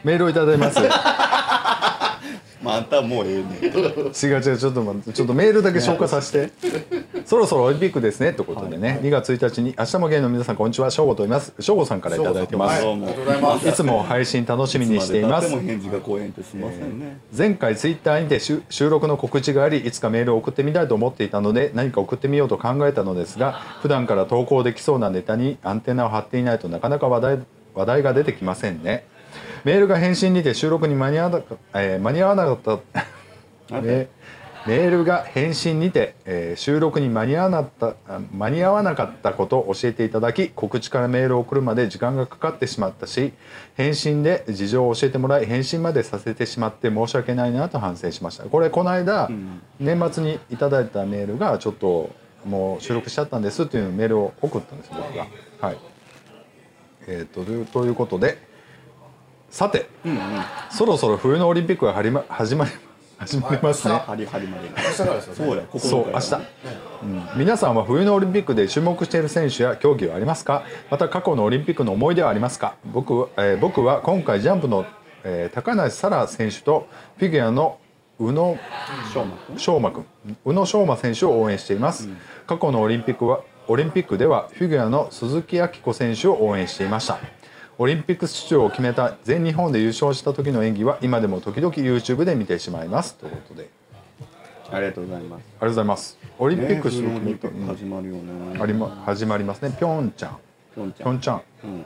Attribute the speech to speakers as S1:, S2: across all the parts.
S1: メールをいただいます。
S2: またもうええねん。
S1: 違う違う、ちょっと待って、ちょっとメールだけ消化させて。そろそろオリンピックですねということでね、2月1日に明日も芸の皆さんこんにちは、しょうごと言います。しょうごさんからいただいてます。
S2: どうも。
S1: いつも配信楽しみにしています。
S2: いつまで経っても返事が来へんってすみませんね。
S1: 前回ツイッターにて収録の告知があり、いつかメールを送ってみたいと思っていたので何か送ってみようと考えたのですが、普段から投稿できそうなネタにアンテナを張っていないとなかなか話題が出てきませんね。メールが返信にて収録に間に合わなかったメールが返信にて、収録に間に合わなかったことを教えていただき、告知からメールを送るまで時間がかかってしまったし、返信で事情を教えてもらい返信までさせてしまって申し訳ないなと反省しました。これこの間、年末にいただいたメールがちょっともう収録しちゃったんですっていうメールを送ったんです僕が。はい。ということで、さて、そろそろ冬のオリンピックが始まりますね。
S2: 始まり
S3: 明日からですよね。
S2: そうや、
S1: そう明日、皆さんは冬のオリンピックで注目している選手や競技はありますか？また過去のオリンピックの思い出はありますか？僕は今回ジャンプの、高梨沙羅選手とフィギュアの宇野昌磨選手を応援しています。過去のオリンピックではフィギュアの鈴木明子選手を応援していました。オリンピック出場を決めた全日本で優勝した時の演技は今でも時々 YouTube で見てしまいますということで、
S2: ありがとうございます。
S1: ありがとうございます。オリンピック出場
S2: オリンピック始まるよね。
S1: 始まりますね。ピョンチャン、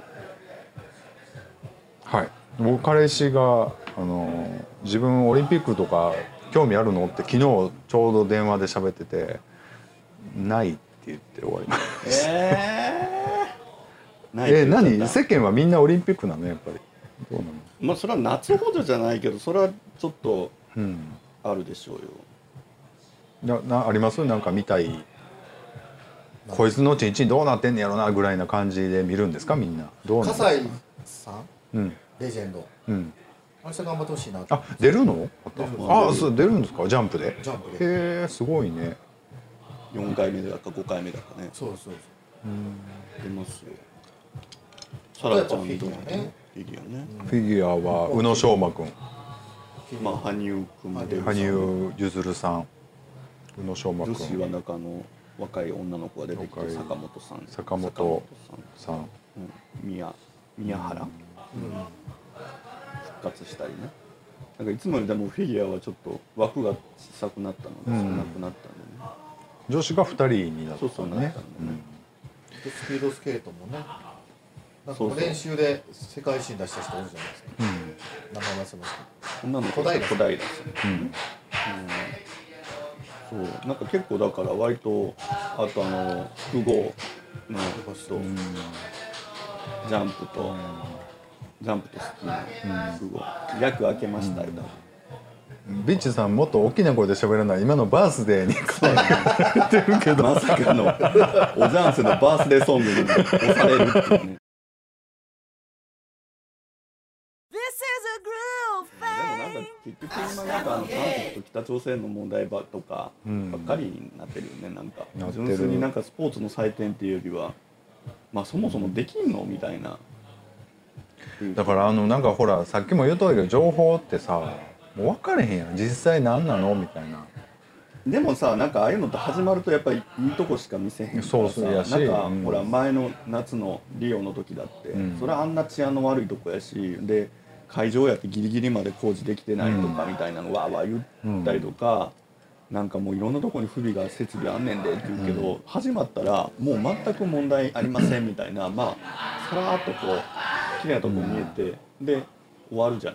S1: はい。僕彼氏が自分オリンピックとか興味あるのって昨日ちょうど電話で喋ってて、ないって言って終わりました。何？世間はみんなオリンピックなのやっぱり。どうなの？
S2: まあそれは夏ほどじゃないけど、それはちょっとあるでしょうよ。
S1: あります？なんか見たい。こいつのちんちんどうなってんねやろなぐらいな感じで見るんですかみんな。どうなんですか？
S3: 葛西さん、レジェンド。あの人頑張ってほしいな。
S1: あ、出るの？あ、そう出るんですか？ジャンプで。
S3: ジャンプで。
S1: へえ、すごいね。
S2: 4回目だか5回目だかね。
S3: そう。
S2: 出ますよ。サラちゃんとフィギュアね。
S1: フィギュアは宇野昌磨君、
S2: まあ羽生君も出るし、
S1: 羽生結弦さん、宇野昌磨君。
S2: 女子は中の若い女の子が出てきて、坂本さん、宮原、復活したりね。なんかいつもよりでもフィギュアはちょっと枠が小さくなったので、少なくなったんでね。
S1: 女子が2人になったね。
S3: スピードスケートもね。なんか練習で世界新出した人多いじゃないですか。名前忘れました。
S2: 女の子小平さん。そう、なんか結構だから割とあと複合の人、ジャンプとスキーの複合、役開けましたよ。
S1: ビッチさんもっと大きな声で喋らない。今のバースデーに言ってるけど、
S2: まさかのおジャンセのバースデーソングに押されるっていうね。結局今なんか韓国と北朝鮮の問題とかばっかりになってるよね。なんか純粋になんかスポーツの祭典っていうよりは、まあそもそもできんのみたいな。
S1: だからなんかほらさっきも言うとったけど、情報ってさもう分かれへんやん、実際何なのみたいな。
S2: でもさ、なんかああいうのって始まるとやっぱりいいとこしか見せへんからさ、なんかほら前の夏のリオの時だって、それはあんな治安の悪いとこやし、で会場やってギリギリまで工事できてないとかみたいなのわーわー言ったりとか、なんかもういろんなとこに不備が設備あんねんでって言うけど、始まったらもう全く問題ありませんみたいな、まあさらっとこう綺麗なとこ見えて、で終わるじゃない。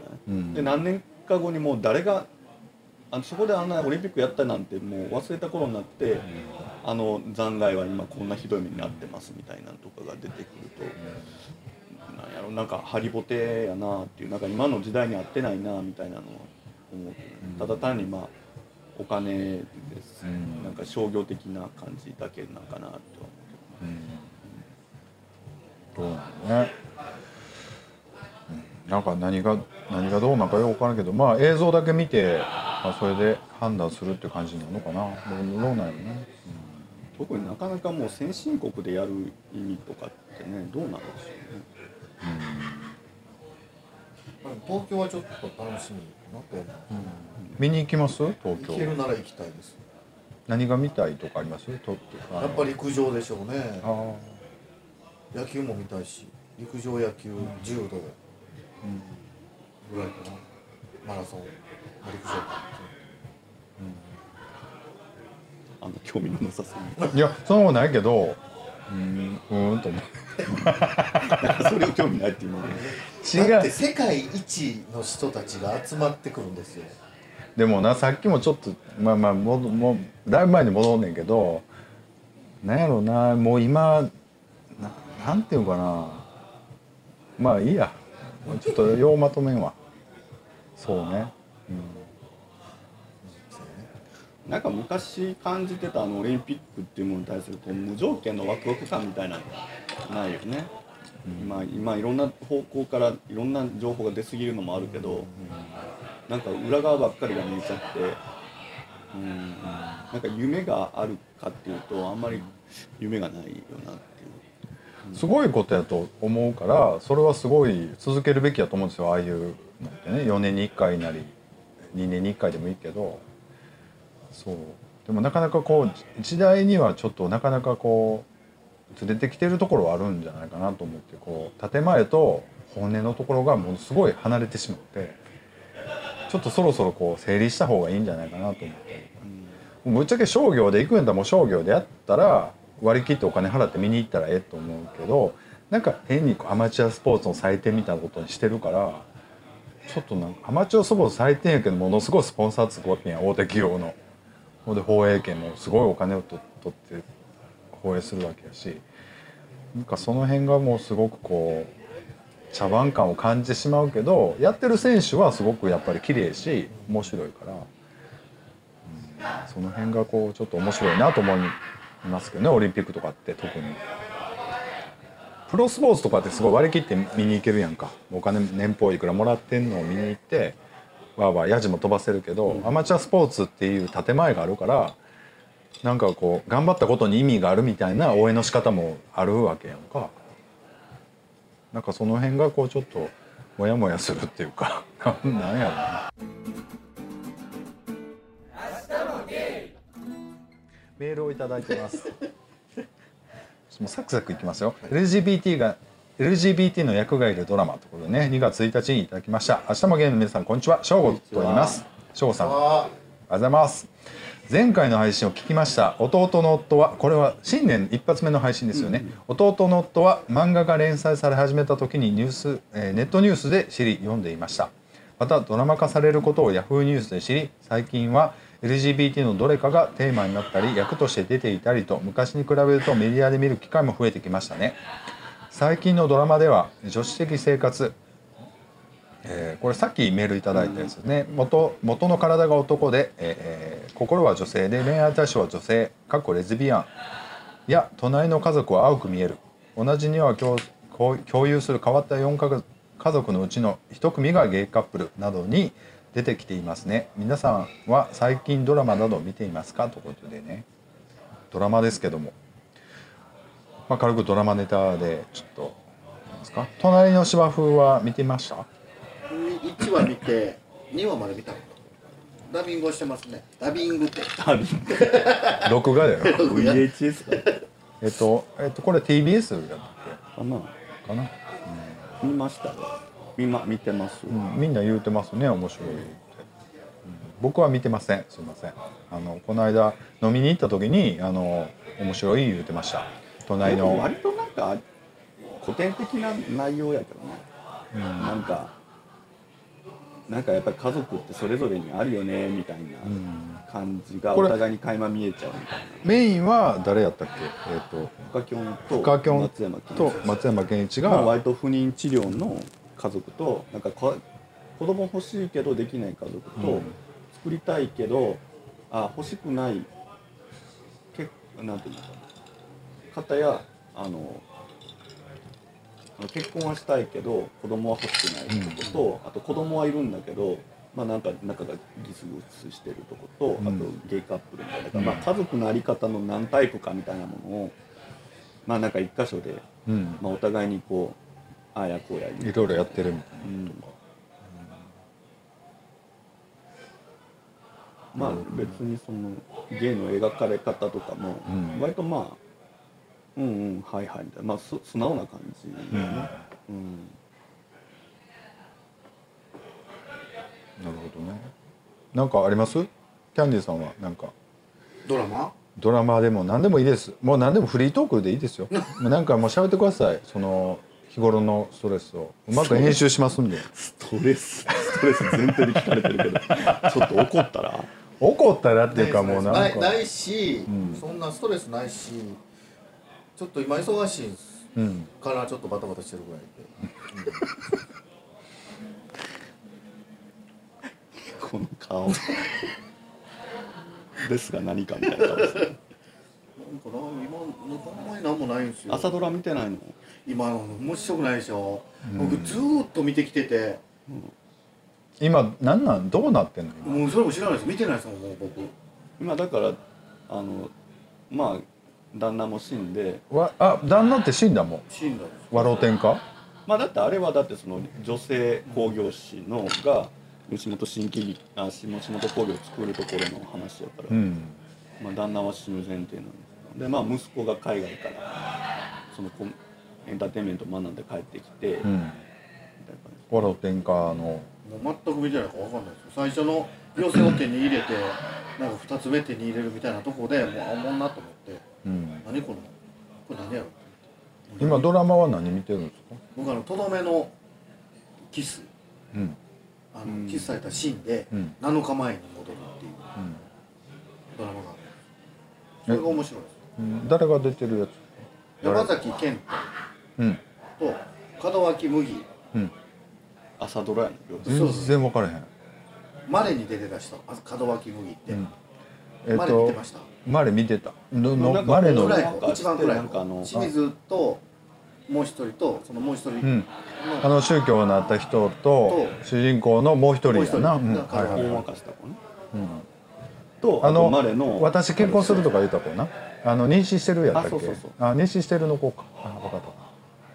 S2: で何年か後にもう誰がそこであんなオリンピックやったなんてもう忘れた頃になって、残骸は今こんなひどい目に遭ってますみたいなのとかが出てくると、なんやろ、なんかハリボテやなっていう、なんか今の時代に合ってないなみたいなのは思うけど、ただ単にまあお金です、なんか商業的な感じだけなんかなとは思う
S1: けどね。そうなんね。なんか何がどうなんかよく分からんけど、まあ映像だけ見て、それで判断するって感じなのかな。どうなんやろね。
S2: 特になかなかもう先進国でやる意味とかってね、どうなんでしょうね。
S3: 東京はちょっと楽しみなと思う。
S1: 見に行きます？東京。
S3: 行けるなら行きたいです。
S1: 何が見たいとかあります？
S3: やっぱり陸上でしょうね。野球も見たいし、陸上、野球、柔道ぐらいかな。マラソン、陸上か。
S2: 興味のなさそう
S1: いや、そうないけど、と思う。
S2: それを興味ないっていうのは
S3: 違う。だって世界一の人たちが集まってくるんですよ。
S1: でもな、さっきもちょっともうだいぶ前に戻んねんけど、なんやろうな、もう今なんていうのかな、まあいいや、ちょっとようまとめんわ。そうね。
S2: なんか昔感じてたオリンピックっていうものに対する無条件のワクワク感みたいなのがないよね。今いろんな方向からいろんな情報が出過ぎるのもあるけど、なんか裏側ばっかりが見えちゃって、なんか夢があるかっていうとあんまり夢がないよなっていう。
S1: すごいことやと思うから、それはすごい続けるべきやと思うんですよ。ああいうのってね、4年に1回なり2年に1回でもいいけど。そうでもなかなかこう時代にはちょっとなかなかこうずれてきてるところはあるんじゃないかなと思って、こう建前と本音のところがものすごい離れてしまって、ちょっとそろそろこう整理した方がいいんじゃないかなと思って、ぶっちゃけ商業で行くんやったらもう商業でやったら割り切ってお金払って見に行ったらええと思うけど、なんか変にアマチュアスポーツの祭典みたいなことにしてるから、ちょっとなんかアマチュアスポーツ祭典やけどものすごいスポンサーつくわけやん、大手企業の。で放映権もすごいお金を取って放映するわけやし、なんかその辺がもうすごくこう茶番感を感じてしまうけど、やってる選手はすごくやっぱり綺麗し面白いから、その辺がこうちょっと面白いなと思いますけどね。オリンピックとかって特にプロスポーツとかってすごい割り切って見に行けるやんか。お金年俸いくらもらってんのを見に行ってわーわーヤジも飛ばせるけど、アマチュアスポーツっていう建前があるから、なんかこう頑張ったことに意味があるみたいな応援の仕方もあるわけやんか。なんかその辺がこうちょっとモヤモヤするっていうかなんやろな。メールをいただいてますもうサクサクいきますよ。 LGBT の役がいるドラマということでね、2月1日にいただきました。明日もゲイの皆さんこんにちは、しょうごと言います。しょうごさん、ありがとうございます。前回の配信を聞きました。弟の夫は、これは新年一発目の配信ですよね。弟の夫は漫画が連載され始めた時にネットニュースで知り読んでいました。またドラマ化されることをヤフーニュースで知り、最近は LGBT のどれかがテーマになったり役として出ていたりと、昔に比べるとメディアで見る機会も増えてきましたね。最近のドラマでは女子的生活、これさっきメールいただいたやつですね。元の体が男で、心は女性で恋愛対象は女性レズビアンや隣の家族は青く見える、同じ庭を共有する変わった4家族のうちの1組がゲイカップルなどに出てきていますね。皆さんは最近ドラマなどを見ていますかということでね。ドラマですけども、軽くドラマネタでちょっと何ですか。隣の芝生は見てました？
S3: 1話見て2話まで見たの。ダビングをしてますね。ダビングって
S1: 録画だよ
S2: VHS か
S1: これ TBS やったっけかな、
S2: 見ましたよ。見てます、
S1: みんな言うてますね、面白いって、僕は見てません。すいません。この間飲みに行った時に面白い言うてました。隣の
S2: 割となんか古典的な内容やけどね、なんかやっぱり家族ってそれぞれにあるよねみたいな感じがお互いに垣間見えちゃうみたいな。
S1: メインは誰やったっけ？
S2: フカキョンと
S1: 松山ケンイチが
S2: 割と不妊治療の家族と、なんか子供欲しいけどできない家族と、作りたいけど欲しくないなんていうのかな、方や結婚はしたいけど子供は欲しくないとこと、あと子供はいるんだけど、なんか仲がギスギスしてるとこと、あとゲイカップルみたいな、家族の在り方の何タイプかみたいなものをなんか一箇所で、お互いにこうああやこうや
S1: いろいろやってるみたいなとか、
S2: まあ別にそのゲイの描かれ方とかも割とまあうんうんはいはいみたいな、まあ素直な感じだよね。
S1: なるほどね。なんかあります？キャンディーさんはなんかドラマでも何でもいいです。もう何でもフリートークでいいですよ。もうなんかもう喋ってください。その日頃のストレスをうまく編集しますんで。
S2: ストレス前提で聞かれてるけど、ちょっと怒ったら
S1: っていうかもうなんか
S3: ないし、そんなストレスないし、ちょっと今忙しいんです、からちょっとバタバタしてるぐらいで。
S2: この顔ですが何かみたいな顔ですね。
S3: 今ほんまに何もないんですよ。
S2: 朝ドラ見てないの？
S3: 今面白くないでしょ。僕ずーっと見てきてて、
S1: 今なんどうなってんの？
S3: もうそれも知らないです。見てないですもん、もう僕。
S2: 今だからまあ旦那も死んで、
S1: 旦那って死んだもん。
S3: 死んだんです。
S1: 和老天か？
S2: まあだってあれはだってその女性興行師のが吉本工業を作るところの話やから、まあ旦那は死ぬ前提なんですよ。でまあ息子が海外からそのエンターテインメントを学んで帰ってきて、みたいな感
S1: 和老天かの。
S3: もう全く見てないから分かんないですよ。最初の要請を手に入れて、なんか2つ目手に入れるみたいなとこでもうおもんなと思って、何これ何やろ。
S1: 今ドラマは何見てるんですか？
S3: 僕とどめのキス、キスされたシーンで7日前に戻るっていうドラマがある。それが面白いです。
S1: 誰が出てるやつ？
S3: 山崎賢人と門脇麦。
S2: 朝ドラやん。
S1: 全然分からへん。
S3: マレに出てた人、門脇麦って。マレ見てました？
S1: マレ見てた。
S3: マレの一番暗い清水ともう一人とそのもう一人
S1: の宗教になった人と主人公のもう一人やな。
S2: 大若した子ね。とマレの
S1: 私結婚するとか言った子な。妊娠してるやったっけ？妊娠してるの子か。分かった。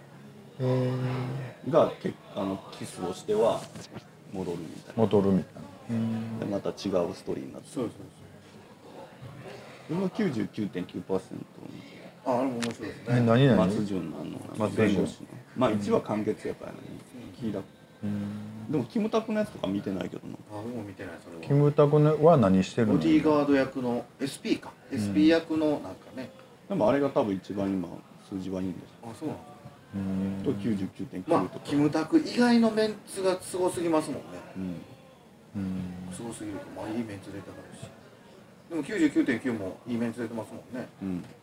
S2: がキスをしては戻るみたいな。でまた違うストーリーになって。そう。それの 99.9%。
S3: あれも面白いですね。
S1: 何？
S2: 松潤の弁護士の。まあ1話完結やからね。聞いた。でもキムタクのやつとか見てないけどな。
S3: 僕も見てないそれは。
S1: キムタクは何してるの？
S3: ボディーガード役の SP か。SP 役のなんかね。
S2: でもあれが多分一番今数字はいいんです。
S3: あ、そうなの。
S2: と 99.9 とか。
S3: まあキムタク以外のメンツがすごすぎますもんね。すごすぎる。まあいいメンツ出てはるし。でも 99.9 もいいメンツ出てますもんね。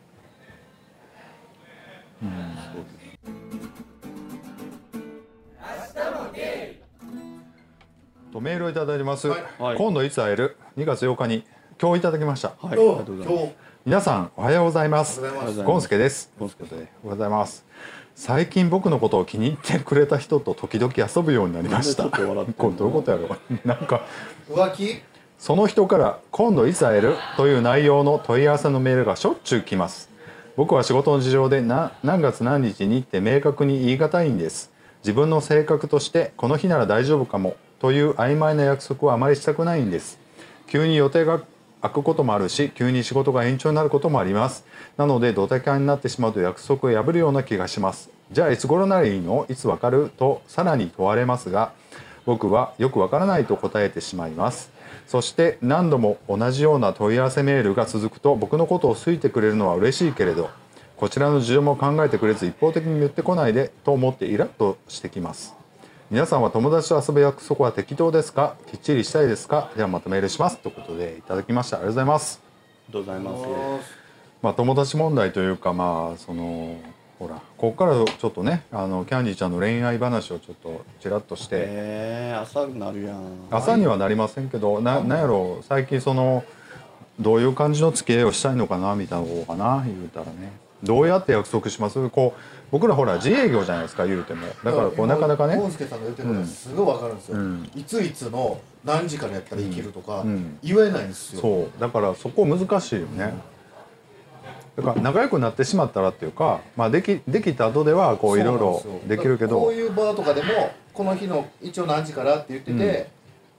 S1: とメールをいただいてます。今度いつ会える2月8日に今日いただきました。
S2: ありがとうございます。
S1: 皆さんおはようございます。ゴンスケです。おはようございます。最近僕のことを気に入ってくれた人と時々遊ぶようになりました。これどういうことやろう。なんか
S3: 浮気？
S1: その人から今度いつ会えるという内容の問い合わせのメールがしょっちゅう来ます。僕は仕事の事情で何月何日にって明確に言い難いんです。自分の性格としてこの日なら大丈夫かもという曖昧な約束はあまりしたくないんです。急に予定が空くこともあるし、急に仕事が延長になることもあります。なのでドタキャンになってしまうと約束を破るような気がします。じゃあいつ頃ならいいの？いつわかる？とさらに問われますが、僕はよくわからないと答えてしまいます。そして何度も同じような問い合わせメールが続くと僕のことを好いてくれるのは嬉しいけれど、こちらの事情も考えてくれず一方的に言ってこないでと思ってイラッとしてきます。皆さんは友達と遊ぶ約束は適当ですか？きっちりしたいですか？ではまたメールしますということでいただきました。ありがとうございます。
S2: ありがとうございます。
S1: まあ友達問題というか、まあそのほらここからちょっとねキャンディーちゃんの恋愛話をちょっとちらっとして
S2: 朝になるやん。
S1: 朝にはなりませんけど、なんやろう最近そのどういう感じの付き合いをしたいのかなみたいなことかな言うたらね、どうやって約束します？こう僕らほら自営業じゃないですか言うても、だからこうなかなかね
S3: ゴンスケさんが言ってることはすごい分かるんですよ、いついつの何時からやったら生きるとか言えないんですよ、
S1: そうだからそこ難しいよね、だから仲良くなってしまったらっていうか、まあ、できた後ではこういろいろできるけど、
S3: こういうバーとかでもこの日の一応何時からって言ってて、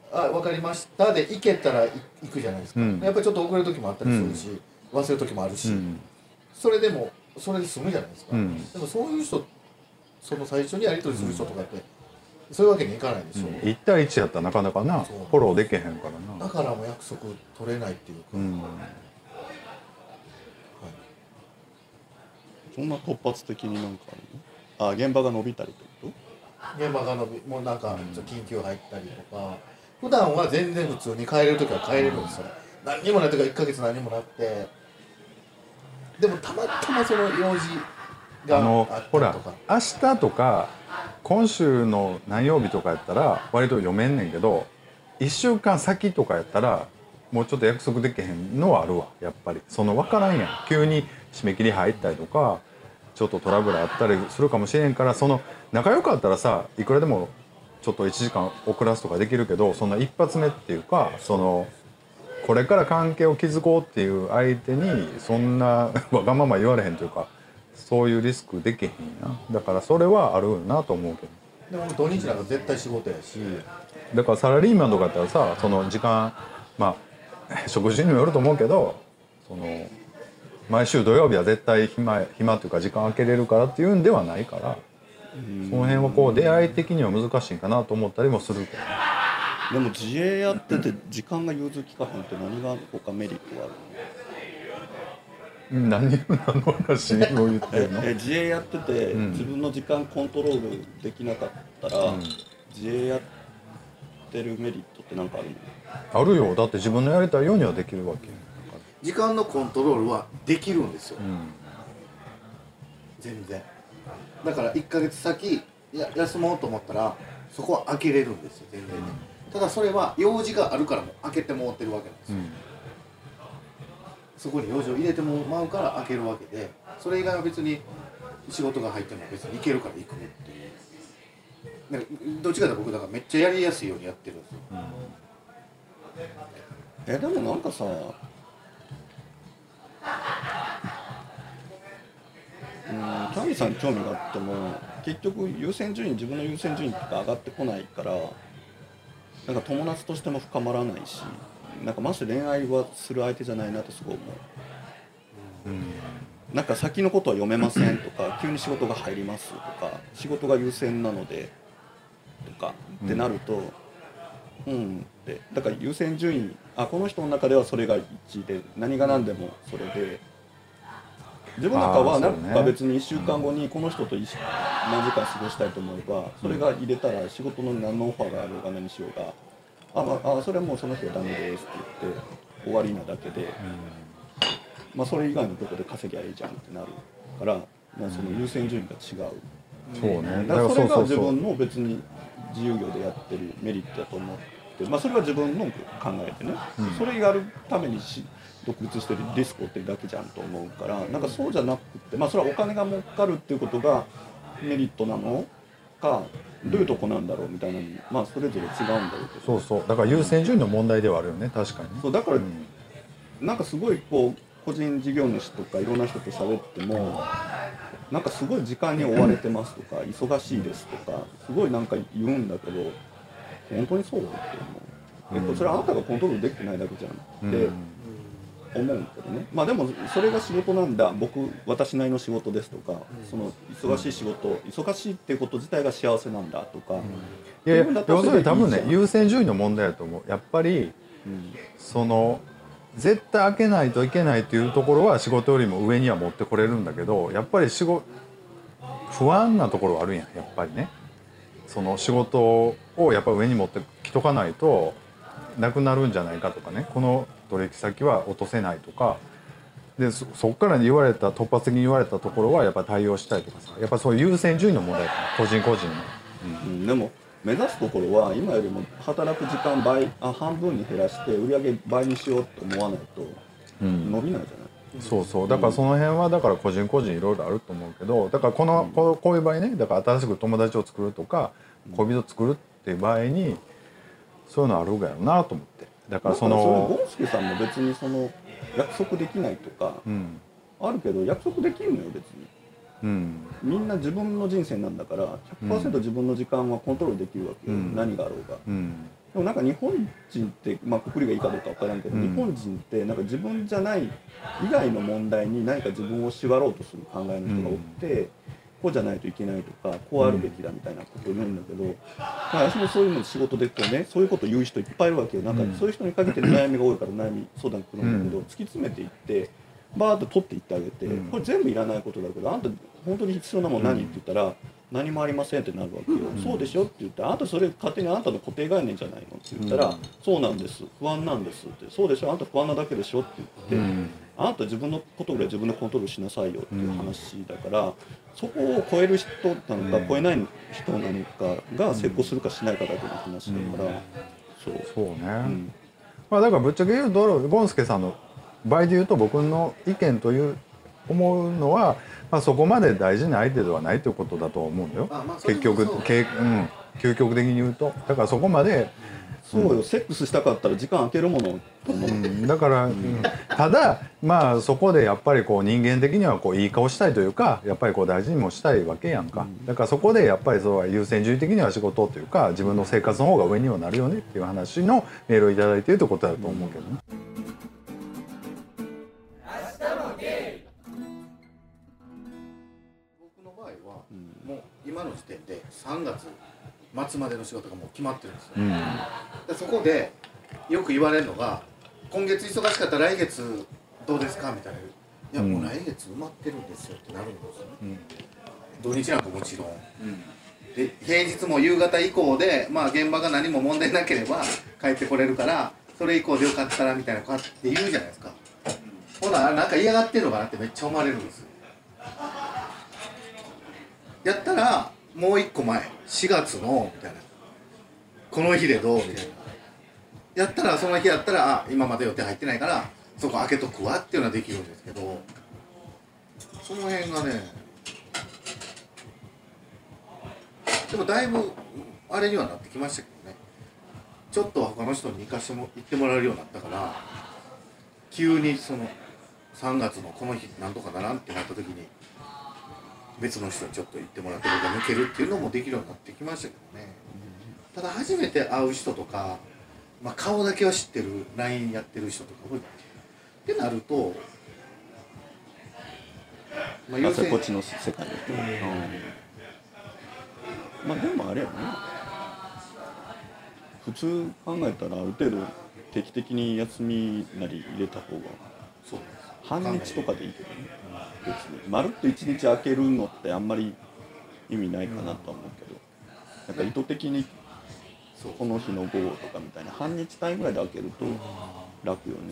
S3: 分かりましたで行けたら行くじゃないですか、やっぱりちょっと遅れる時もあったりするし、忘れる時もあるし、それでもそれで済むじゃないですか、でもそういう人その最初にやり取りする人とかって、そういうわけにいかないでしょ、
S1: 1対1やったらなかなかなフォローできへんからな。
S3: だからもう約束取れないっていうか、
S2: そんな突発的になんかあるの？現場が伸びたりってこと？
S3: 現場がもうなんか緊急入ったりとか、普段は全然普通に帰れる時は帰れるんですよ、何にもない時は1ヶ月何もなくて、でもたまたまその用事があったりとか、
S1: ほら明日とか今週の何曜日とかやったら割と読めんねんけど、1週間先とかやったらもうちょっと約束できへんのはあるわ。やっぱりその分からんやん、急に締め切り入ったりとかちょっとトラブルあったりするかもしれんから、その仲良かったらさいくらでもちょっと1時間遅らすとかできるけど、そんな一発目っていうか、そのこれから関係を築こうっていう相手にそんなわがまま言われへんというか、そういうリスクできへんや。だからそれはあるなと思うけ
S3: ど。でも土日なんか絶対仕事やし、
S1: だからサラリーマンとかやったらさ、その時間まあ職種にもよると思うけど、その毎週土曜日は絶対暇というか時間空けれるからっていうんではないから、その辺はこう出会い的には難しいかなと思ったりもするけど。
S2: でも自営やってて時間が融通きかへんって何が他メリットがあるの？
S1: 何の話を言ってるの？
S2: 自営やってて、自分の時間コントロールできなかったら、自営やってるメリットって何かあるの？
S1: あるよ。だって自分のやりたいようにはできるわけ。
S3: 時間のコントロールはできるんですよ、全然。だから1ヶ月先休もうと思ったらそこは開けれるんですよ、全然ね。ただそれは用事があるからも開けてもらってるわけなんですよ、そこに用事を入れてもらうから開けるわけで、それ以外は別に仕事が入っても別に行けるから行くっていう。どっちかというと僕だからめっちゃやりやすいようにやってるんですよ、
S2: でもなんかさ、キャミーさんに興味があっても結局優先順位、自分の優先順位とか上がってこないから、なんか友達としても深まらないし、なんかまして恋愛はする相手じゃないなってすごい思う。なんか先のことは読めませんとか、急に仕事が入りますとか、仕事が優先なのでとかってなると、ってだから優先順位、この人の中ではそれが1位で、何が何でもそれで、自分の中はなんか別に1週間後にこの人と何時間過ごしたいと思えば、それが入れたら仕事の何のオファーがあろうが何しようが、それはもうその人はダメですって言って終わりなだけで、それ以外のところで稼ぎゃいいじゃんってなるから、その優先順位が違う。
S1: そうね。
S2: だからそれが自分の別に自由業でやってるメリットだと思って、それは自分の考えてね、それやるために独立してるリスクを負ってるだけじゃんと思うから、なんかそうじゃなくて、それはお金が儲かるっていうことがメリットなのか、どういうとこなんだろうみたいなのに、それぞれ違うんだろうけど。
S1: そうだから優先順位の問題ではあるよね、確かに。
S2: そうだから、なんかすごいこう個人事業主とかいろんな人と喋っても、なんかすごい時間に追われてますとか、忙しいですとかすごいなんか言うんだけど、本当にそうって思う。それはあなたがコントロールできてないだけじゃんって思うけどね。でもそれが仕事なんだ、私なりの仕事ですとか、その忙しい仕事、忙しいっていうこと自体が幸せなんだとか、
S1: いや要するに多分ね、優先順位の問題だと思う。やっぱり、その絶対開けないといけないっていうところは仕事よりも上には持ってこれるんだけど、やっぱり不安なところはあるやん、やっぱりね。その仕事をやっぱ上に持ってきとかないとなくなるんじゃないかとかね、この取引先は落とせないとかで、そこから突発的に言われたところはやっぱ対応したいとかさ、やっぱそういう優先順位の問題かな、個人個人の。
S2: でも目指すところは今よりも働く時間半分に減らして売り上げ倍にしようと思わないと伸びないじゃない。
S1: そうだからその辺はだから個人個人いろいろあると思うけど、だからこういう場合ね、だから新しく友達を作るとか恋人を作るっていう場合にそういうのあるがやろなと思って。だからその
S2: ゴンスケさんも別にその約束できないとかあるけど、約束できるのよ別に。みんな自分の人生なんだから 100% 自分の時間はコントロールできるわけよ、何があろうが。 でもなんか日本人って、まあくくりがいいかどうか分からんけど、日本人ってなんか自分じゃない以外の問題に何か自分を縛ろうとする考えの人がおって、こうじゃないといけないとか、こうあるべきだみたいなことを言うんだけど、私もそういうの仕事でこうね、そういうことを言う人いっぱいいるわけよ。なんかそういう人に限って悩みが多いから悩み相談来るんだけど、突き詰めていってバーッと取っていってあげて、これ全部いらないことだけど、あんた本当に必要なもん何って言ったら、何もありませんってなるわけよ。そうでしょって言って、あんたそれ勝手にあんたの固定概念じゃないのって言ったら、そうなんです、不安なんですって、そうでしょ、あんた不安なだけでしょって言って、あんた自分のことぐらい自分でコントロールしなさいよっていう話だから、そこを超える人なのか超えない人なのかが成功するかしないかだけの話だから、
S1: そうね、まあだからぶっちゃけ言うとゴンスケさんの場合で言うと、僕の意見という思うのは、まあ、そこまで大事な相手ではないということだと思うんだよ、結局、究極的に言うと。だからそこまで
S2: そうよ、セックスしたかったら時間空けるもの、
S1: だから、ただまあそこでやっぱりこう人間的にはこういい顔したいというか、やっぱりこう大事にもしたいわけやんか、だからそこでやっぱりそう優先順位的には仕事というか自分の生活の方が上にはなるよねっていう話のメールをいただいているということだと思うけどね。
S3: もう今の時点で3月末までの仕事がもう決まってるんですよ、でそこでよく言われるのが、今月忙しかったら来月どうですかみたいな、いやもう来月埋まってるんですよってなるんですよね、土日なんかもちろん、で平日も夕方以降で、まあ現場が何も問題なければ帰ってこれるから、それ以降でよかったらみたいなこうやって言うじゃないですか。ほななんか嫌がってるのかなってめっちゃ思われるんですよ。やったらもう一個前4月のみたいな、この日でどうみたいな、やったらその日やったら、あ今まで予定入ってないからそこ開けとくわっていうのはできるんですけど、その辺がね、でもだいぶあれにはなってきましたけどね。ちょっと他の人に行ってもらえるようになったから、急にその3月のこの日なんとかならんってなった時に別の人にちょっと言ってもらって僕が抜けるっていうのもできるようになってきましたけどね、ただ初めて会う人とか、まあ、顔だけは知ってる LINE やってる人とかってなると、
S2: まあ、こっちの世界の人、まあでもあれやね、普通考えたらある程度定期的に休みなり入れた方が、そう半日とかでいいけどね、別にまるっと1日空けるのってあんまり意味ないかなとは思うけど、なんか意図的にこの日の午後とかみたいな半日単位ぐらいで空けると楽よね。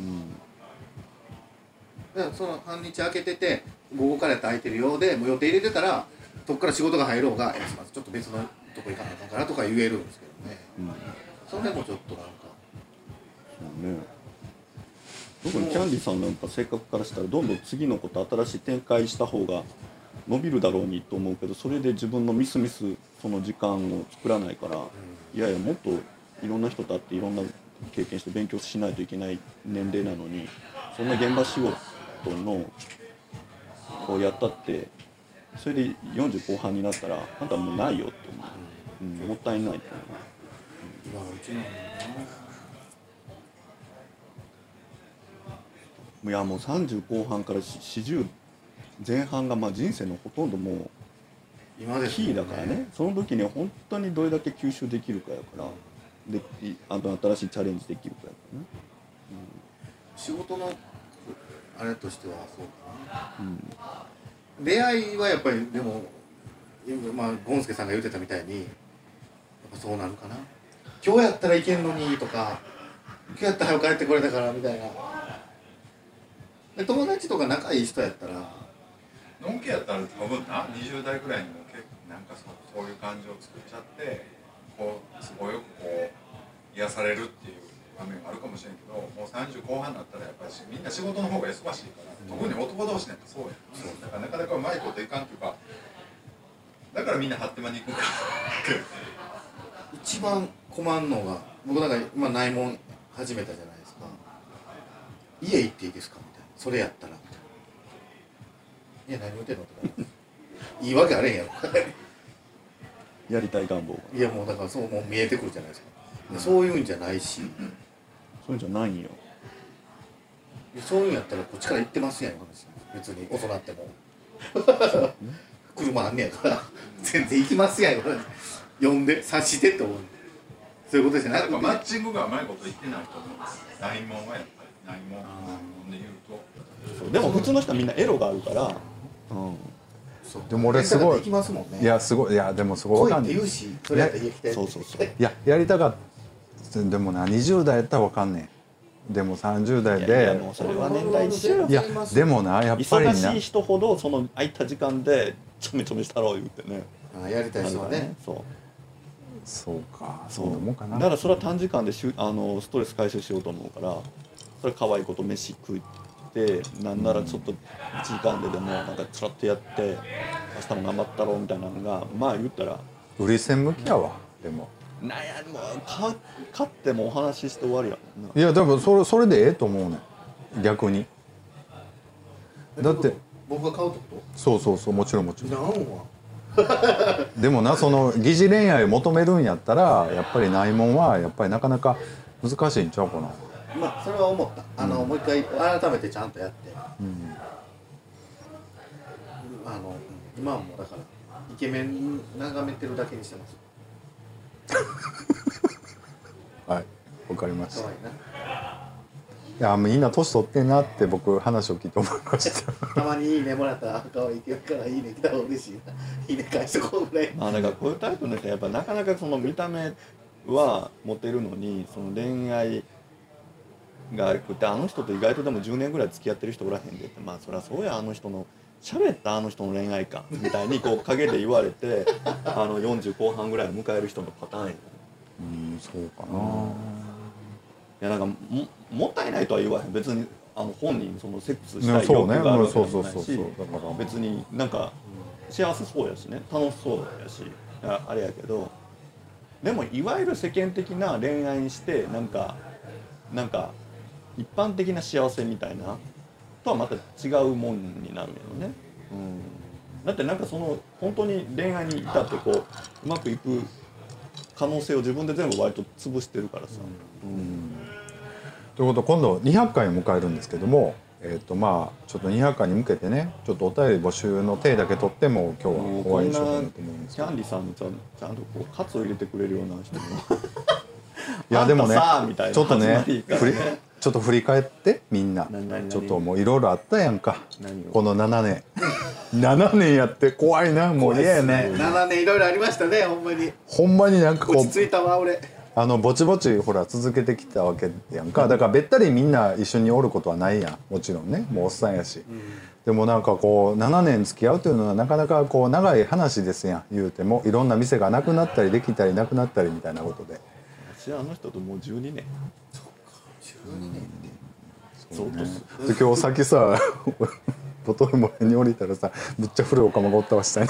S3: だからその半日空けてて午後からやったら空いてるようで、もう予定入れてたらそこから仕事が入ろうが、すみませんちょっと別のとこ行かなあかんからとか言えるんですけどね、その辺もちょっとなんか
S2: そうね。特にキャンディさんなんか性格からしたらどんどん次のこと新しい展開した方が伸びるだろうにと思うけど、それで自分のミスその時間を作らないから、いやいやもっといろんな人と会っていろんな経験して勉強しないといけない年齢なのに、そんな現場仕事のこうやったってそれで40後半になったらあんたもうないよって思う、もったいないと思う。
S3: 今のうちの
S2: いやもう30後半から40前半がまあ人生のほとんどもうキーだからね、その時に本当にどれだけ吸収できるかやから、であと新しいチャレンジできるかやからね、
S3: 仕事のあれとしてはそうかな、出会いはやっぱりでも、まあ、ゴンスケさんが言ってたみたいにやっぱそうなるかな。今日やったらいけんのにとか、今日やったら早く帰ってこれたからみたいな。で友達とか仲いい人やったら
S1: のんけやったら多分な20代ぐらいにも結構なんかそういう感情を作っちゃってこうすごいよくこう癒されるっていう場面があるかもしれんけど、もう30後半になったらやっぱりみんな仕事の方が忙しいから、特に男同士なんてそうや、だからなかなかうまいこといかんというか、だからみんな発展場に行くんだ
S3: 一番困るのが、僕なんか今内門始めたじゃないですか。家行っていいですかみたいな、それやったらみたいな、いや何言ってんのとかいいわけあれへんやろ
S2: やりたい願望が。
S3: いやもうだからそうもう見えてくるじゃないですか。 そういうんじゃないし、
S2: そういうんじゃないんよ。
S3: そういうんやったらこっちから行ってますやん、別に大人っても車あんねやから全然行きますやん、呼んで察してって思う。そういうことじゃない。
S1: マッチングがうまいこと言ってないと思うんです。内門はやっぱり内門で言うと。
S2: でも普通の人はみんなエロがあるから。
S1: でも俺すごい。
S3: 行きますもんね。
S1: いやすごい、いやでもすごい。
S3: 来いって言うし、それやったら家来て。
S2: そうそうそう。
S1: いややりたかった。でもな20代やったらわかんねえ。でも30代で。
S2: いやもうそれは年代一緒よ。
S1: いやでもなやっぱりな。
S2: 忙しい人ほどその空いた時間でちょめちょめしたろう言ってね。
S3: やりたい人はね。
S1: そうか、そう思うかな。
S2: だからそれは短時間でストレス解消しようと思うから、それ可愛い子と飯食ってなんならちょっと1時間でもなんかちょっとやって明日も頑張ったろうみたいなのがまあ言ったら
S1: 売り線向きやわ。でも
S2: なんやもう買ってもお話しして終わりやもんな。
S1: いやでもそれでええと思うねん逆に。だって
S3: 僕が買うってこと？
S1: そうもちろんもちろん。
S3: なんわ
S1: でもなその疑似恋愛を求めるんやったらやっぱり内門はやっぱりなかなか難しいんちゃうかな。
S3: まあそれは思った。もう一回改めてちゃんとやって、今はもうだからイケメン眺めてるだけにしてます。
S1: はい、わかりました。
S3: 可愛いな。
S1: いやみんな年取ってんなって僕話を聞いて思いました
S3: たまにいいねもらったら可愛いって言うからいいね来たら嬉しいな。いいね返しとこうぐらい。
S2: まあだからこういうタイプの人はやっぱなかなかその見た目はモテるのにその恋愛があってあの人と意外とでも10年ぐらい付き合ってる人おらへんでってまあそりゃそうや喋ったあの人の恋愛観みたいにこう陰で言われて40後半ぐらいを迎える人のパターンや。
S1: そうかな。
S2: いやなんかもったいないとは言わへん。別に本人そのセックスしたい欲求があるわけでもないし別になんか幸せそうやしね楽しそうやしあれやけどでもいわゆる世間的な恋愛にしてなんか一般的な幸せみたいなとはまた違うもんになるよね。だってなんかその本当に恋愛に至ってこううまくいく可能性を自分で全部割と潰してるからさ。
S1: ということで今度200回を迎えるんですけども、まあちょっと200回に向けてねちょっとお便り募集の手だけ取っても今日は終わりにしようかなと思うんですけど、
S2: キャンディさんもちゃんとこうカツを入れてくれるような人も
S1: いやでもねちょっとねちょっと振り返ってみんなちょっともういろいろあったやんかこの7年7年やって怖いなもう嫌やね。
S3: 7年いろいろありましたねほんまに。
S1: ほんまになんかこう
S3: 落ち着いたわ俺。
S1: ぼちぼちほら続けてきたわけやんか。だからべったりみんな一緒におることはないやんもちろんねもうおっさんやし、でもなんかこう7年付き合うというのはなかなかこう長い話ですやん言うてもいろんな店がなくなったりできたりなくなったりみたいなことで
S2: 私あの人ともう12年。
S3: そっか12年って
S2: そうとす
S1: で今日さっきさボトルもに降りたらさむっちゃ古いおかまがおったわ下に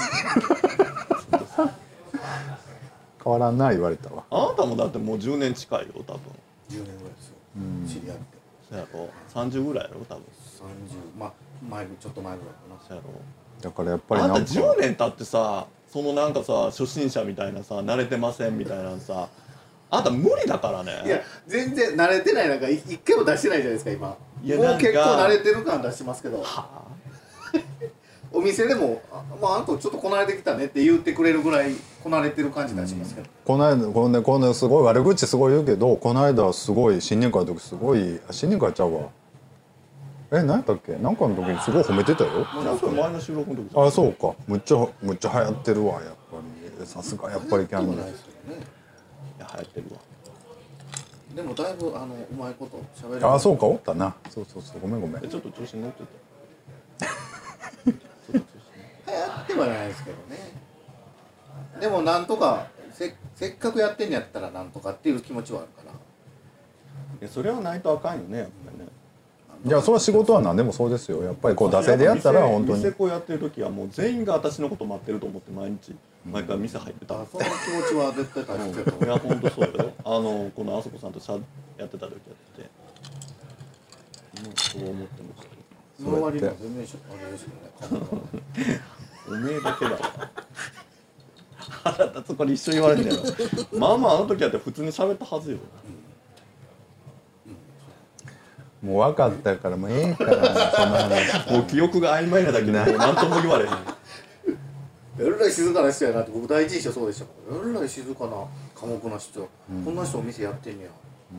S1: 変わらんな言われたわ。
S2: あなたもだってもう10年近いよ多分。
S3: 10年ぐらいですよ知り合って。
S2: そうやろ30ぐらいやろ多分。
S3: 30まあちょっと前ぐらいかな。
S2: そうやろ
S1: だからやっぱり
S2: あんた
S1: なんか
S2: 10年経ってさそのなんかさ初心者みたいなさ慣れてませんみたいなさあんた無理だからね。
S3: いや全然慣れてないなんか一回も出してないじゃないですか今。
S2: いや
S3: もう結構慣れてる感出してますけど。
S2: は
S3: お店でもあんたちょっとこなれてきたねって言ってくれるぐらいこなれてる感じ出しますけど。
S1: この間すごい悪口すごい言うけどこの間すごい新年会の時すごい新年会ちゃうわ何やったっけなんかの時にすごい褒めてたよ。
S2: なんか前の収録の時
S1: あそうかむっちゃ流行ってるわやっぱりさすがやっぱりキャンディー。
S2: いや流行ってるわ。
S3: でもだいぶうまいこと喋る。
S1: そうかおったなそうごめん
S2: ちょっと調子に乗ってた。
S3: 流行ってはないですけどね。でもなんとかせっかくやってんのやったらなんとかっていう気持ちはあるから。
S2: いやそれはないとあかんよねやっぱりね。
S1: いやそれは仕事は何でもそうですよやっぱりこう惰性でやったら本当に
S2: 店子やってる時はもう全員が私のこと待ってると思って毎回店入ってた。
S3: その気持ちは絶対大切だと思う。
S2: いや本当そうよ。このあそこさんとやってた時やってもうそう思ってました。
S3: その割には全然あれですよね。
S2: おめえだけだわ。 腹立つこれ一緒言われんねやろまあまああの時やって普通に喋ったはずよ
S1: もう分かったからもうええからそんな話
S2: もう記憶が曖昧なだけでもう何とも言われへん
S3: えらい静かな人やなって僕第一印象そうでしたもん。えらい静かな寡黙な人、こんな人お店やってんねや、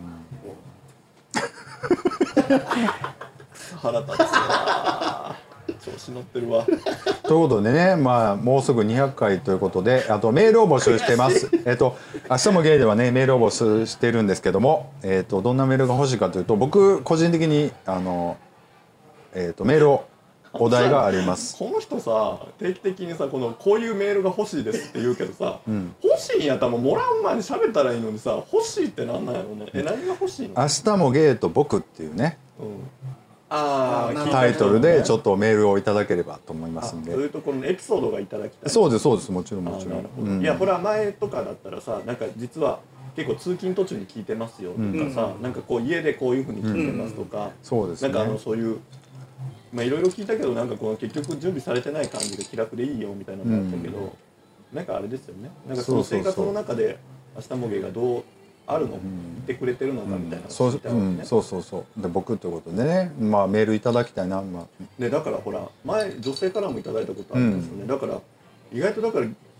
S2: 腹立つわ調子乗ってるわ
S1: ということでね、まあもうすぐ200回ということで、あとメールを募集してます。明日もゲイではねメールを募集してるんですけども、どんなメールが欲しいかというと、僕個人的にメールをお題があります。
S2: この人さ定期的にさこういうメールが欲しいですって言うけどさ、欲しいんやったらもらう前に喋ったらいいのにさ、欲しいってなんなんやろね。何が欲しいの？
S1: 明日もゲイと僕っていうね、タイトルでちょっとメールをいただければと思いますんで。
S2: そういうところのエピソードがいただきたい。
S1: そうですそうです、もちろんもちろん。
S2: いやこれは前とかだったらさ、なんか実は結構通勤途中に聞いてますよとかさ、なんかこう家でこういう風に聞いてますとか、
S1: そうですね。
S2: なんかそういうまあいろいろ聞いたけど、なんかこう結局準備されてない感じで気楽でいいよみたいなのがあったけど、なんかあれですよね。なんかその生活の中で明日もゲイがどうあるの、言ってくれてるのかみたいな、
S1: そうそうそうで僕ということでね、まあメールいただきたいな、まあ
S2: ね、だからほら前女性からもいただいたことありますよね、だから意外とだから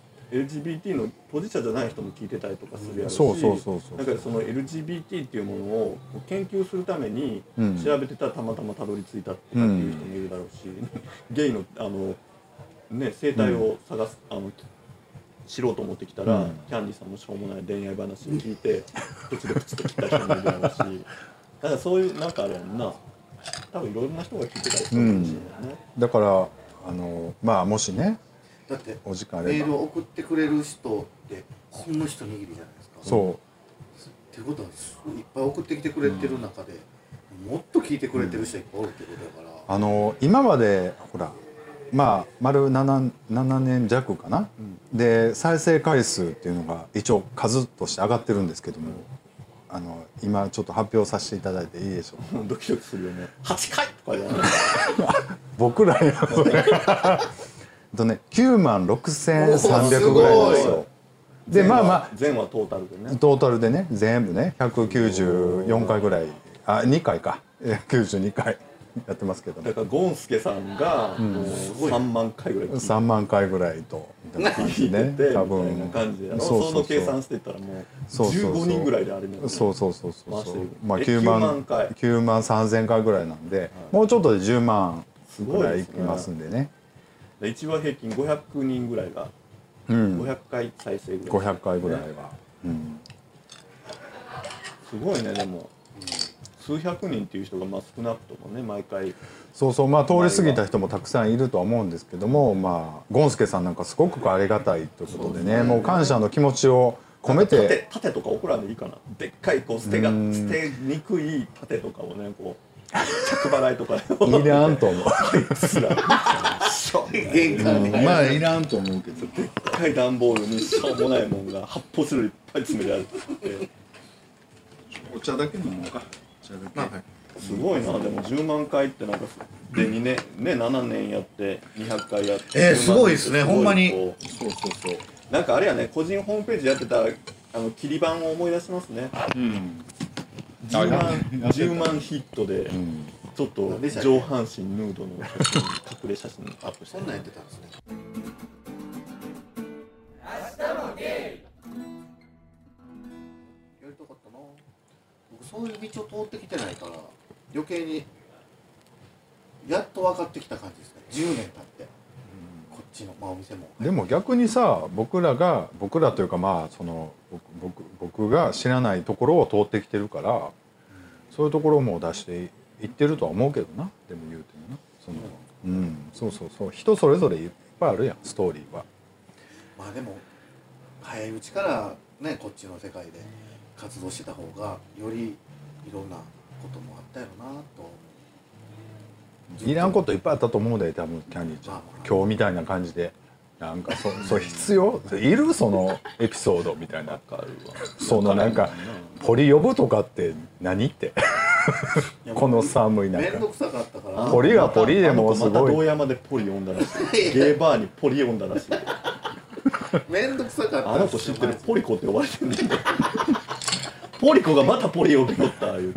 S2: LGBT の当事者じゃない人も聞いてたりとかするやろうし、だからその LGBT っていうものを研究するために調べてたらたまたまたどり着いたとかっていう人もいるだろうし、ゲイのね生態を探す知ろうと思ってきたら、キャンディーさんもしょうもない恋愛話を聞いて途中でプチッと切った人もいるだろうし、だからそういうなんかあれやんな、多分いろんな人が聞いてたりするかもしれないね。
S1: だからまあもしね、
S3: だって
S1: お時間あれば
S3: メールを送ってくれる人ってほんの一握りじゃないですか。
S1: そう
S3: っていうことはいっぱい送ってきてくれてる中で、もっと聞いてくれてる人いっぱいおるってことだから、
S1: 今までほらまあ丸 7年弱かな、で再生回数っていうのが一応数として上がってるんですけども、今ちょっと発表させていただいていいでしょうか。
S2: ドキドキするよね。8回とかじゃない
S1: 僕らやそれね、96,300ぐらいなんですよ。でまあまあ
S2: 全話トータルでね、
S1: トータルでね全部ね194回ぐらい、2回か92回やってますけど、
S2: だからゴンスケさんが3万回ぐらい
S1: 3万回ぐらいと
S2: 聞いてて、多分みたいな感じで、その計算してたらもう15人ぐらいであれね、
S1: そうまあ9万3,000回ぐらいなんで、もうちょっとで10万ぐらいいきますんでね。
S2: 1話平均500人ぐらいが500回再生ぐらい、
S1: 500回ぐらいは、
S2: すごいね。でも数百人っていう人がまあ少なくともね毎回、
S1: まあ通り過ぎた人もたくさんいるとは思うんですけども、まあゴンスケさんなんかすごくありがたいということでね、もう感謝の気持ちを込めて、
S2: 盾とか送らんでいいかな、でっかいこう捨てにくい盾とかをねこう着払いとか
S1: いらんと思う
S3: 玄関に
S1: まあいらんと思うけど、
S2: でっかい段ボールにしょうもないもんが発泡スチロールいっぱい詰めてあるって
S1: お茶だけ飲もうか。
S2: すごいな。でも10万回ってなんかで2年ね7年やって200回やって、
S3: すごいですねほんまに。
S1: そう
S2: なんかあれやね、個人ホームページやってた切り板を思い出しますね。10万ヒットでちょっと上半身ヌードの写真、隠れ写真アップして、
S3: そんなんやってたんですね。やりたかったな。僕そういう道を通ってきてないから余計にやっと分かってきた感じですね。10年経って、こっちの、まあ、お店も。
S1: でも逆にさ、僕らというかまあその僕が知らないところを通ってきてるから、そういうところも出していってるとは思うけどな。でも言うてもな、そう人それぞれいっぱいあるやん、ストーリーは。
S3: まあでも早いうちからねこっちの世界で活動してた方がよりいろんなこともあったやろなと。
S1: いらんこといっぱいあったと思うで、多分キャンディーちゃん、今日みたいな感じでなんかそう必要いるそのエピソードみたいな、そのなんかポリ呼ぶとかって何ってこの寒い中、
S3: 面倒くさかったから
S1: ポリがポリでもすごい、
S2: また堂山でポリ呼んだらしいゲーバーにポリ呼んだらしい
S3: めんどくさかった
S2: あの子知ってる、ポリコって呼ばれてるんだポリコがまたポリ呼びよった言うて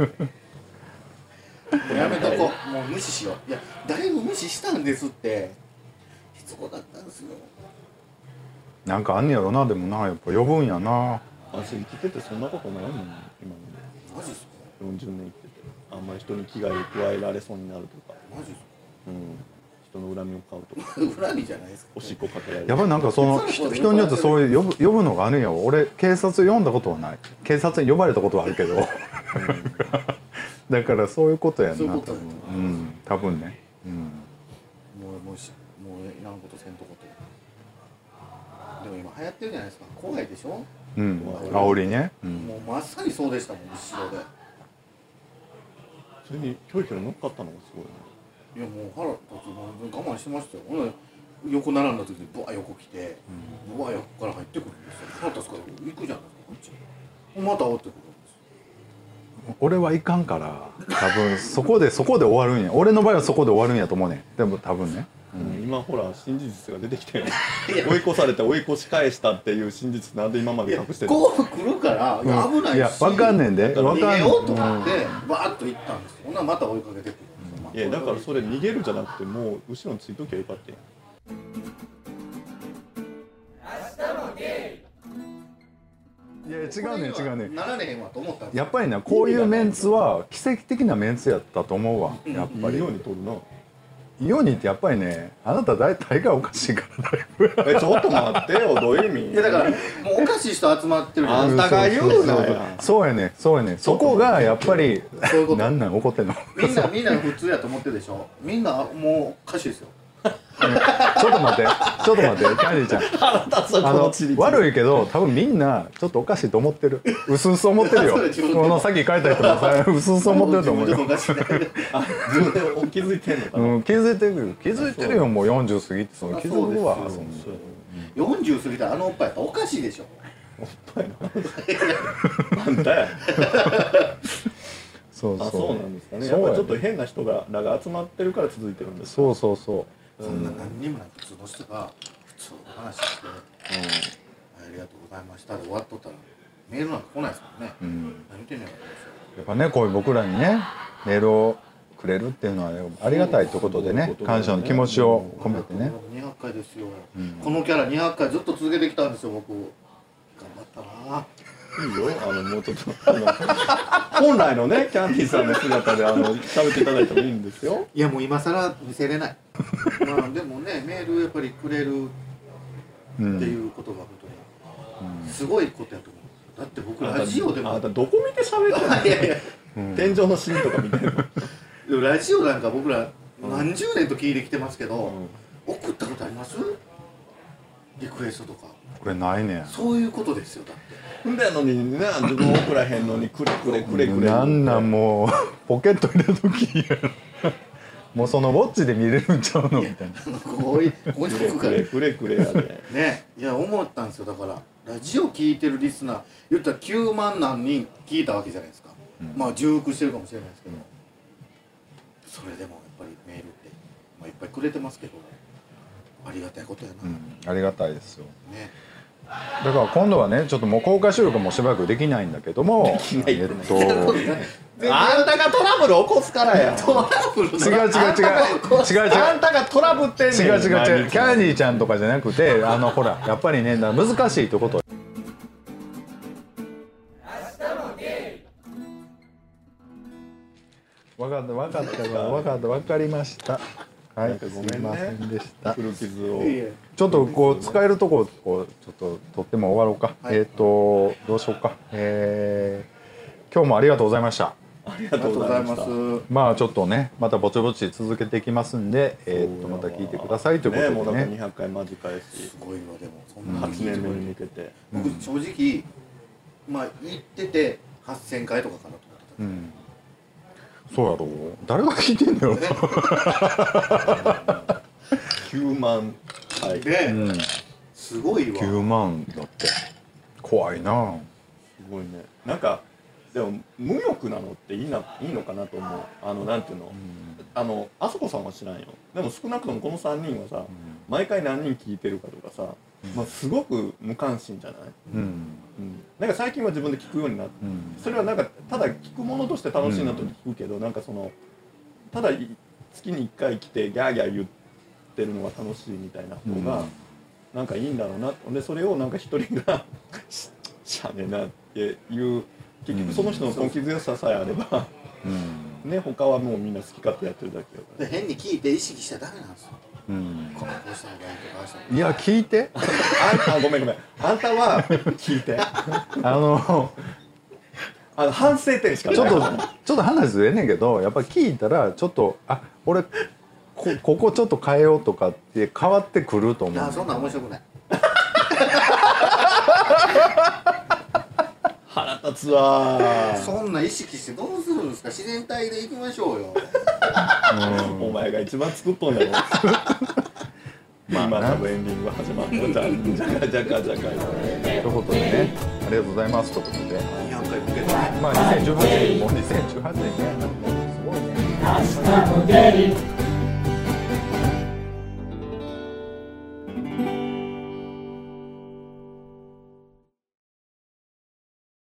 S3: やめとこう、もう無視しよう。いや、だいぶ無視したんですって。しつこかったんですよ。
S1: なんかあんねやろな、でもな、やっぱ呼ぶんやな。
S2: 私生きててそんなことないもん、今まで。
S3: マジっすか。
S2: 40年生きててあんまり人に危害を加えられそうになるとか、
S3: マジっすか。
S2: 人の恨みを買うとか
S3: 恨みじゃないですか。
S2: おしっこかけられる。
S1: やっぱりなんかその人によってそういう呼ぶのがあるんやわ。俺警察呼んだことはない。警察に呼ばれたことはあるけどだからそういうことやんな。
S3: そういうことや
S1: 多分ね。
S3: もういらんことせんとこと。でも今流行ってるじゃないですか。怖いでしょ。
S1: 煽りね。
S3: もうまさにそうでしたもん、後ろで。
S2: それにキョロキョロ乗っかったのがすごいね。
S3: いやもう腹立つ、我慢してましたよ。ほんで横並んだ時にブワー横来て、ブワー横から入ってくるんですよ。腹立つから行くじゃないですか、こっち。また煽ってくるんです。
S1: 俺はいかんから多分そこで終わるんや。俺の場合はそこで終わるんやと思うね。でも多分ね。
S2: 今ほら真実が出てきて追い越されて追い越し返したっていう真実なんで今まで隠してるの。
S3: こう来るから危ないし、
S1: いや分かんねんで、
S3: 逃げようと思ってバーッと行ったんですよ。ほんならまた追いかけてくる。
S2: いやだからそれ逃げるじゃなくてもう後ろについときゃよかったやん。
S1: いや違うねん
S3: なられへんわと思ったんですよ。
S1: やっぱりな、こういうメンツは奇跡的なメンツやったと思うわ。やっぱり
S2: いいように撮るな。
S1: イオニってやっぱりね、あなた大体がおかしいからだいぶ
S2: ちょっと待ってよ、どういう意味。
S3: いやだからもうおかしい人集まってるじゃない
S2: あん
S3: ですか。
S2: たが言うなよ。
S1: そうやねそこがやっぱり
S3: そういうこと。
S1: なんなん怒ってんの
S3: みんな普通やと思ってるでしょ。みんなもうおかしいですよ。
S1: ちょっと待ってキャンディーちゃん、悪いけど多分みんなちょっとおかしいと思ってる、うすうす思ってるよこのさっき書いた人もさうすうす思ってると思うよ。
S3: 自分で
S2: 気づいてんのかな。
S1: 気づいてるよ、もう40過ぎて。その気づくわ。
S3: 40過ぎたらあのおっぱいやったらおかしいでしょ。
S2: おっぱいのあんたや。
S1: そう
S2: なんですかね。やっぱりちょっと変な人らが集まってるから続いてるんです。
S1: そう
S3: そんな何にもない普通の人が普通の話して、ありがとうございましたで終わっとったらメールなんか来ないですもんね。何言ってんねんかったですよ。
S1: やっぱね、こういう僕らにねメールをくれるっていうのはありがたいということでね、感謝の気持ちを込めてね。
S3: 200回ですよ、このキャラ200回ずっと続けてきたんですよ僕。頑張ったな。
S2: いいよ、もうちょっと本来のねキャンディーさんの姿で喋っていただいてもいいんですよ。
S3: いやもう今更見せれない。まあでもね、メールやっぱりくれるっていうことが本当にすごいことやと思う。だって僕ラジオでも
S2: あなたどこ見て喋ってんの。天井のシーンとか見てんの。
S3: ラジオなんか僕ら何十年と聞いてきてますけど、送ったことあります？リクエストとか。
S1: これないねん。
S3: そういうことですよ。だって
S2: んだのにね、自分送らへんのにくれ
S1: なんもうポケット入れるときもうそのウォッチで見れるんちゃうのみたいな。
S3: こういう
S2: くれやで
S3: ね。いや思ったんですよ。だからラジオ聞いてるリスナー言ったら9万何人聞いたわけじゃないですか。まあ重複してるかもしれないですけど、それでもやっぱりメールっていっぱいくれてますけど、ありがたいことやな。
S1: ありがたいですよ
S3: ね。
S1: だから今度はね、ちょっともう公開収録もしばらくできないんだけども、
S2: あんたがトラブル起こすからや。
S3: トラブル
S1: 違う
S2: あんたがトラブってんねん。
S1: 違うキャンディーちゃんとかじゃなくて、ほらやっぱりね、難しいってこと。分かりました。はい、すいませんでした。
S2: 古傷を
S1: ちょっとこう使えるとこをちょっと取っても終わろうか。どうしようか。今日もありがとうございました。
S2: ありがとうございます。
S1: まあちょっとね、またぼちぼち続けていきますんで、また聞いてくださいということでね。
S2: もうだから200回間近いし、
S3: すごいわ。でもそんな
S2: 8年目に向けて、
S3: 僕正直まあ言ってて8000回とかかなと思ってた。
S1: そうやろう。誰が聞いてんだよ。
S2: 9万回
S3: すごいわ。
S1: 9万だって怖いな。
S2: すごいね。なんかでも無欲なのっていいのかなと思う。なんていうの、あそこさんは知らんよ。でも少なくともこの3人はさ、毎回何人聞いてるかとかさ、 まあ、すごく無関心じゃない、
S1: うん
S2: うん、なんか最近は自分で聞くようになって、それはなんかただ聞くものとして楽しいなと聞くけど、なんかそのただ月に1回来てギャーギャー言ってるのが楽しいみたいな方がなんかいいんだろうな。でそれをなんか一人がしゃねなっていう結局その人の根気強ささえあれば、ね、他はもうみんな好き勝手やってるだけだから。
S3: で変に聞いて意識しちゃダメなんですよ。こうした方がいいとかああした方がいい。
S1: いや聞いて
S2: あごめんあんたは聞いて反省点しかない。
S1: ちょっと話ずれねんけど、やっぱり聞いたらちょっと俺ここちょっと変えようとかって変わってくると思う。
S3: そんなん面白くない。
S2: 腹立つわ。
S3: そんな意識してどうするんですか。自然体で行きましょうよ。
S2: お前が一番作っとんだろ。今多分エンディングが始まったじゃかじゃかじゃか。
S1: ということでね、ありがとうございますということで、
S3: 200回向けてね。
S1: まあ2018年もう2018年ね、すごいね。
S4: 明日も出る